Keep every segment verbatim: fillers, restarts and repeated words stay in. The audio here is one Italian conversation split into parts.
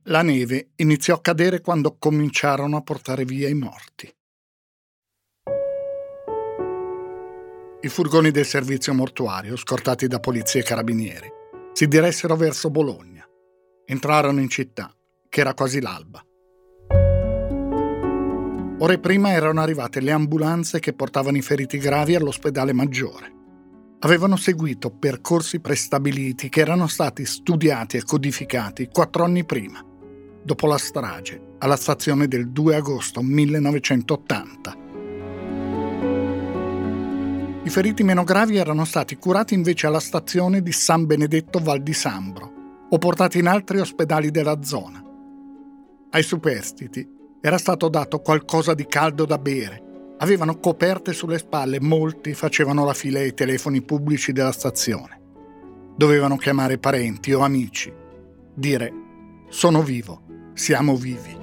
La neve iniziò a cadere quando cominciarono a portare via i morti. I furgoni del servizio mortuario, scortati da polizia e carabinieri, si diressero verso Bologna. Entrarono in città, che era quasi l'alba. Ore prima erano arrivate le ambulanze che portavano i feriti gravi all'ospedale maggiore. Avevano seguito percorsi prestabiliti che erano stati studiati e codificati quattro anni prima, dopo la strage, alla stazione del due agosto millenovecentottanta. I feriti meno gravi erano stati curati invece alla stazione di San Benedetto Val di Sambro o portati in altri ospedali della zona. Ai superstiti era stato dato qualcosa di caldo da bere, avevano coperte sulle spalle, molti facevano la fila ai telefoni pubblici della stazione. Dovevano chiamare parenti o amici, dire «Sono vivo, siamo vivi».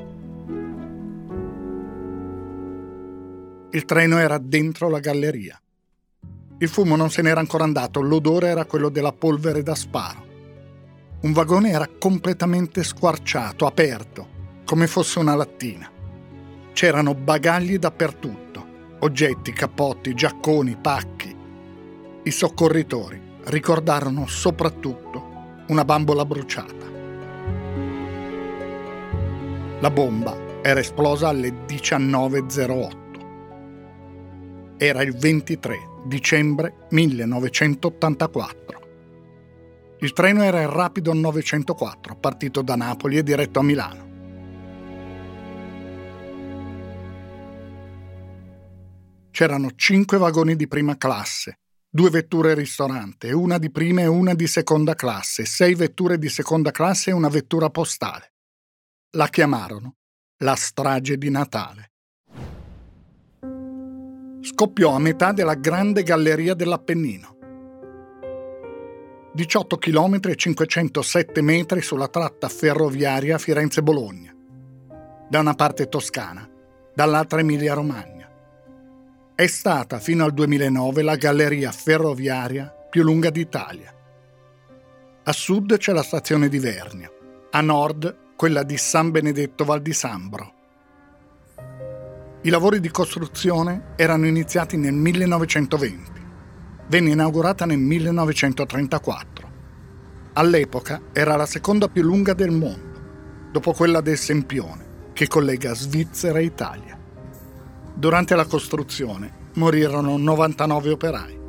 Il treno era dentro la galleria. Il fumo non se n'era ancora andato, l'odore era quello della polvere da sparo. Un vagone era completamente squarciato, aperto, come fosse una lattina. C'erano bagagli dappertutto, oggetti, cappotti, giacconi, pacchi. I soccorritori ricordarono soprattutto una bambola bruciata. La bomba era esplosa alle diciannove e zero otto. Era il ventitré dicembre millenovecentottantaquattro. Il treno era il Rapido novecentoquattro, partito da Napoli e diretto a Milano. C'erano cinque vagoni di prima classe, due vetture ristorante, una di prima e una di seconda classe, sei vetture di seconda classe e una vettura postale. La chiamarono la strage di Natale. Scoppiò a metà della grande galleria dell'Appennino. diciotto chilometri e cinquecentosette metri sulla tratta ferroviaria Firenze-Bologna. Da una parte Toscana, dall'altra Emilia-Romagna. È stata fino al duemilanove la galleria ferroviaria più lunga d'Italia. A sud c'è la stazione di Vernio, a nord quella di San Benedetto Val di Sambro. I lavori di costruzione erano iniziati nel millenovecentoventi. Venne inaugurata nel millenovecentotrentaquattro. All'epoca era la seconda più lunga del mondo, dopo quella del Sempione, che collega Svizzera e Italia. Durante la costruzione morirono novantanove operai.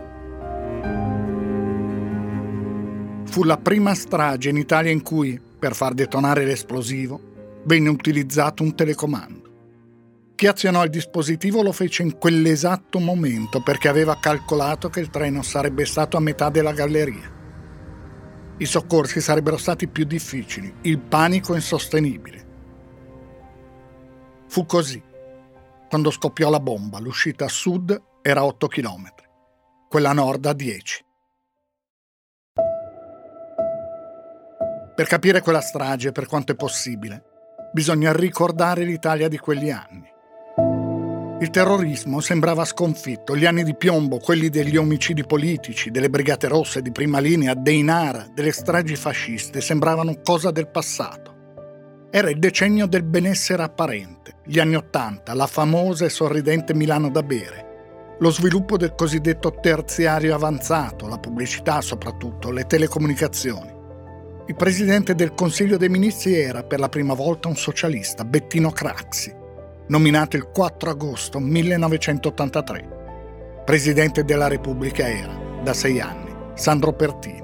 Fu la prima strage in Italia in cui, per far detonare l'esplosivo, venne utilizzato un telecomando. Chi azionò il dispositivo lo fece in quell'esatto momento perché aveva calcolato che il treno sarebbe stato a metà della galleria. I soccorsi sarebbero stati più difficili, il panico insostenibile. Fu così. Quando scoppiò la bomba, l'uscita a sud era a otto chilometri, quella a nord a dieci. Per capire quella strage, per quanto è possibile, bisogna ricordare l'Italia di quegli anni. Il terrorismo sembrava sconfitto, gli anni di piombo, quelli degli omicidi politici, delle brigate rosse di prima linea, dei Nara, delle stragi fasciste, sembravano cosa del passato. Era il decennio del benessere apparente, gli anni Ottanta, la famosa e sorridente Milano da bere, lo sviluppo del cosiddetto terziario avanzato, la pubblicità soprattutto, le telecomunicazioni. Il presidente del Consiglio dei Ministri era per la prima volta un socialista, Bettino Craxi, nominato il quattro agosto millenovecentottantatré. Presidente della Repubblica era, da sei anni, Sandro Pertini.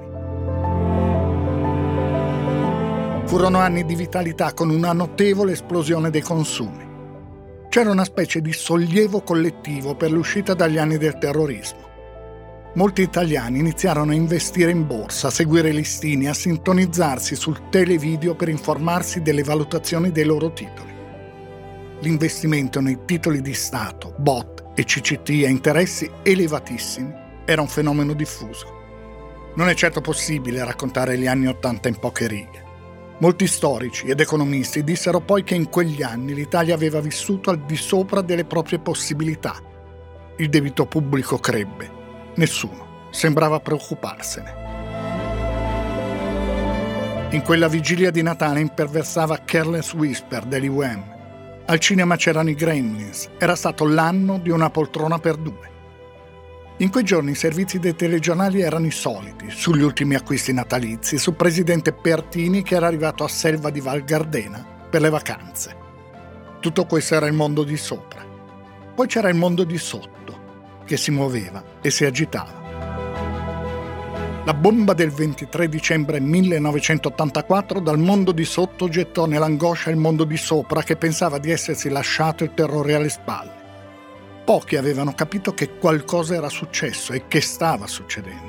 Furono anni di vitalità con una notevole esplosione dei consumi. C'era una specie di sollievo collettivo per l'uscita dagli anni del terrorismo. Molti italiani iniziarono a investire in borsa, a seguire listini, a sintonizzarsi sul televideo per informarsi delle valutazioni dei loro titoli. L'investimento nei titoli di Stato, B O T e C C T a interessi elevatissimi era un fenomeno diffuso. Non è certo possibile raccontare gli anni Ottanta in poche righe. Molti storici ed economisti dissero poi che in quegli anni l'Italia aveva vissuto al di sopra delle proprie possibilità. Il debito pubblico crebbe. Nessuno sembrava preoccuparsene. In quella vigilia di Natale imperversava Careless Whisper degli Wham. Al cinema c'erano i Gremlins. Era stato l'anno di Una poltrona per due. In quei giorni i servizi dei telegiornali erano i soliti, sugli ultimi acquisti natalizi, sul presidente Pertini che era arrivato a Selva di Val Gardena per le vacanze. Tutto questo era il mondo di sopra. Poi c'era il mondo di sotto, che si muoveva e si agitava. La bomba del ventitré dicembre millenovecentottantaquattro dal mondo di sotto gettò nell'angoscia il mondo di sopra che pensava di essersi lasciato il terrore alle spalle. Pochi avevano capito che qualcosa era successo e che stava succedendo.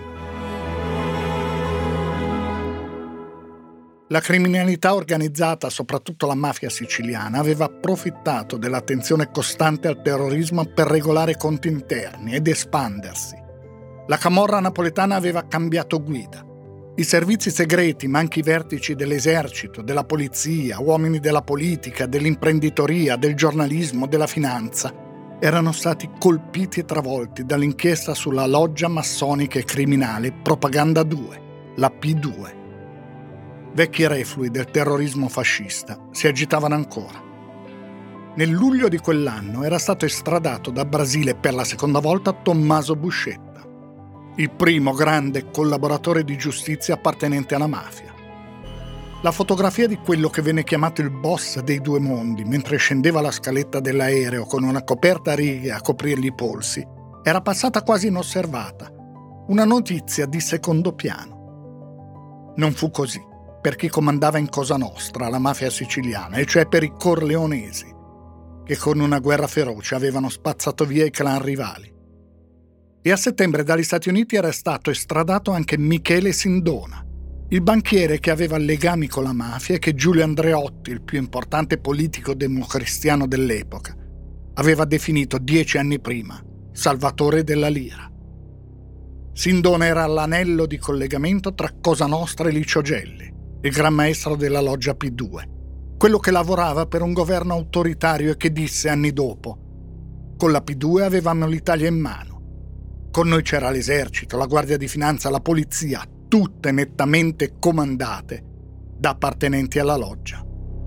La criminalità organizzata, soprattutto la mafia siciliana, aveva approfittato dell'attenzione costante al terrorismo per regolare conti interni ed espandersi. La camorra napoletana aveva cambiato guida. I servizi segreti, ma anche i vertici dell'esercito, della polizia, uomini della politica, dell'imprenditoria, del giornalismo, della finanza, erano stati colpiti e travolti dall'inchiesta sulla loggia massonica e criminale Propaganda due, la P due. Vecchi reflui del terrorismo fascista si agitavano ancora. Nel luglio di quell'anno era stato estradato da Brasile per la seconda volta Tommaso Buscetta, il primo grande collaboratore di giustizia appartenente alla mafia. La fotografia di quello che venne chiamato il boss dei due mondi mentre scendeva la scaletta dell'aereo con una coperta a righe a coprirgli i polsi era passata quasi inosservata, una notizia di secondo piano. Non fu così per chi comandava in Cosa Nostra, la mafia siciliana, e cioè per i corleonesi, che con una guerra feroce avevano spazzato via i clan rivali. E a settembre dagli Stati Uniti era stato estradato anche Michele Sindona, il banchiere che aveva legami con la mafia e che Giulio Andreotti, il più importante politico democristiano dell'epoca, aveva definito dieci anni prima salvatore della lira. Sindona era l'anello di collegamento tra Cosa Nostra e Licio Gelli, il gran maestro della loggia P due, quello che lavorava per un governo autoritario e che disse anni dopo: con la P due avevamo l'Italia in mano. Con noi c'era l'esercito, la guardia di finanza, la polizia, tutte nettamente comandate da appartenenti alla loggia.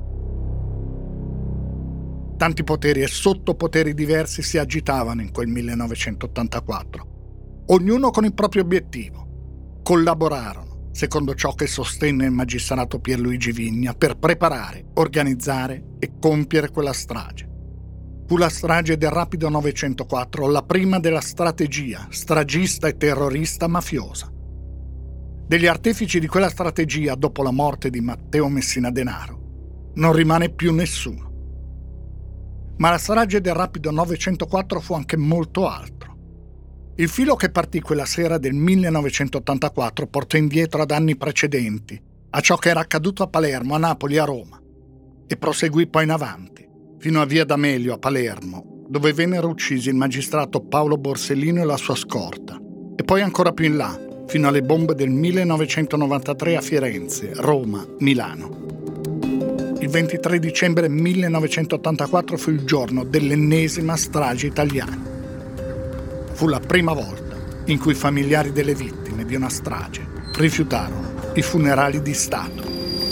Tanti poteri e sottopoteri diversi si agitavano in quel millenovecentottantaquattro, ognuno con il proprio obiettivo. Collaborarono, secondo ciò che sostenne il magistrato Pierluigi Vigna, per preparare, organizzare e compiere quella strage. Fu la strage del Rapido novecentoquattro, la prima della strategia stragista e terrorista mafiosa. Degli artefici di quella strategia, dopo la morte di Matteo Messina Denaro, non rimane più nessuno. Ma la strage del Rapido novecentoquattro fu anche molto altro. Il filo che partì quella sera del millenovecentottantaquattro portò indietro ad anni precedenti, a ciò che era accaduto a Palermo, a Napoli, a Roma, e proseguì poi in avanti, fino a Via D'Amelio a Palermo, dove vennero uccisi il magistrato Paolo Borsellino e la sua scorta, e poi ancora più in là, fino alle bombe del millenovecentonovantatré a Firenze, Roma, Milano. Il ventitré dicembre millenovecentottantaquattro fu il giorno dell'ennesima strage italiana. Fu la prima volta in cui i familiari delle vittime di una strage rifiutarono i funerali di Stato.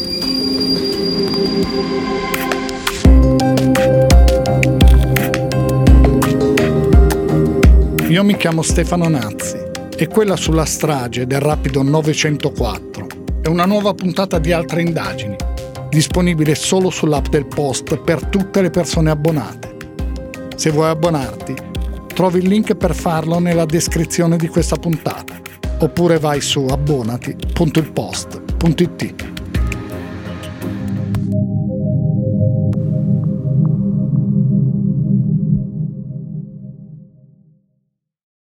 Io mi chiamo Stefano Nazzi e quella sulla strage del Rapido novecentoquattro è una nuova puntata di Altre Indagini, disponibile solo sull'app del Post per tutte le persone abbonate. Se vuoi abbonarti, trovi il link per farlo nella descrizione di questa puntata, oppure vai su abbonati punto il post punto it.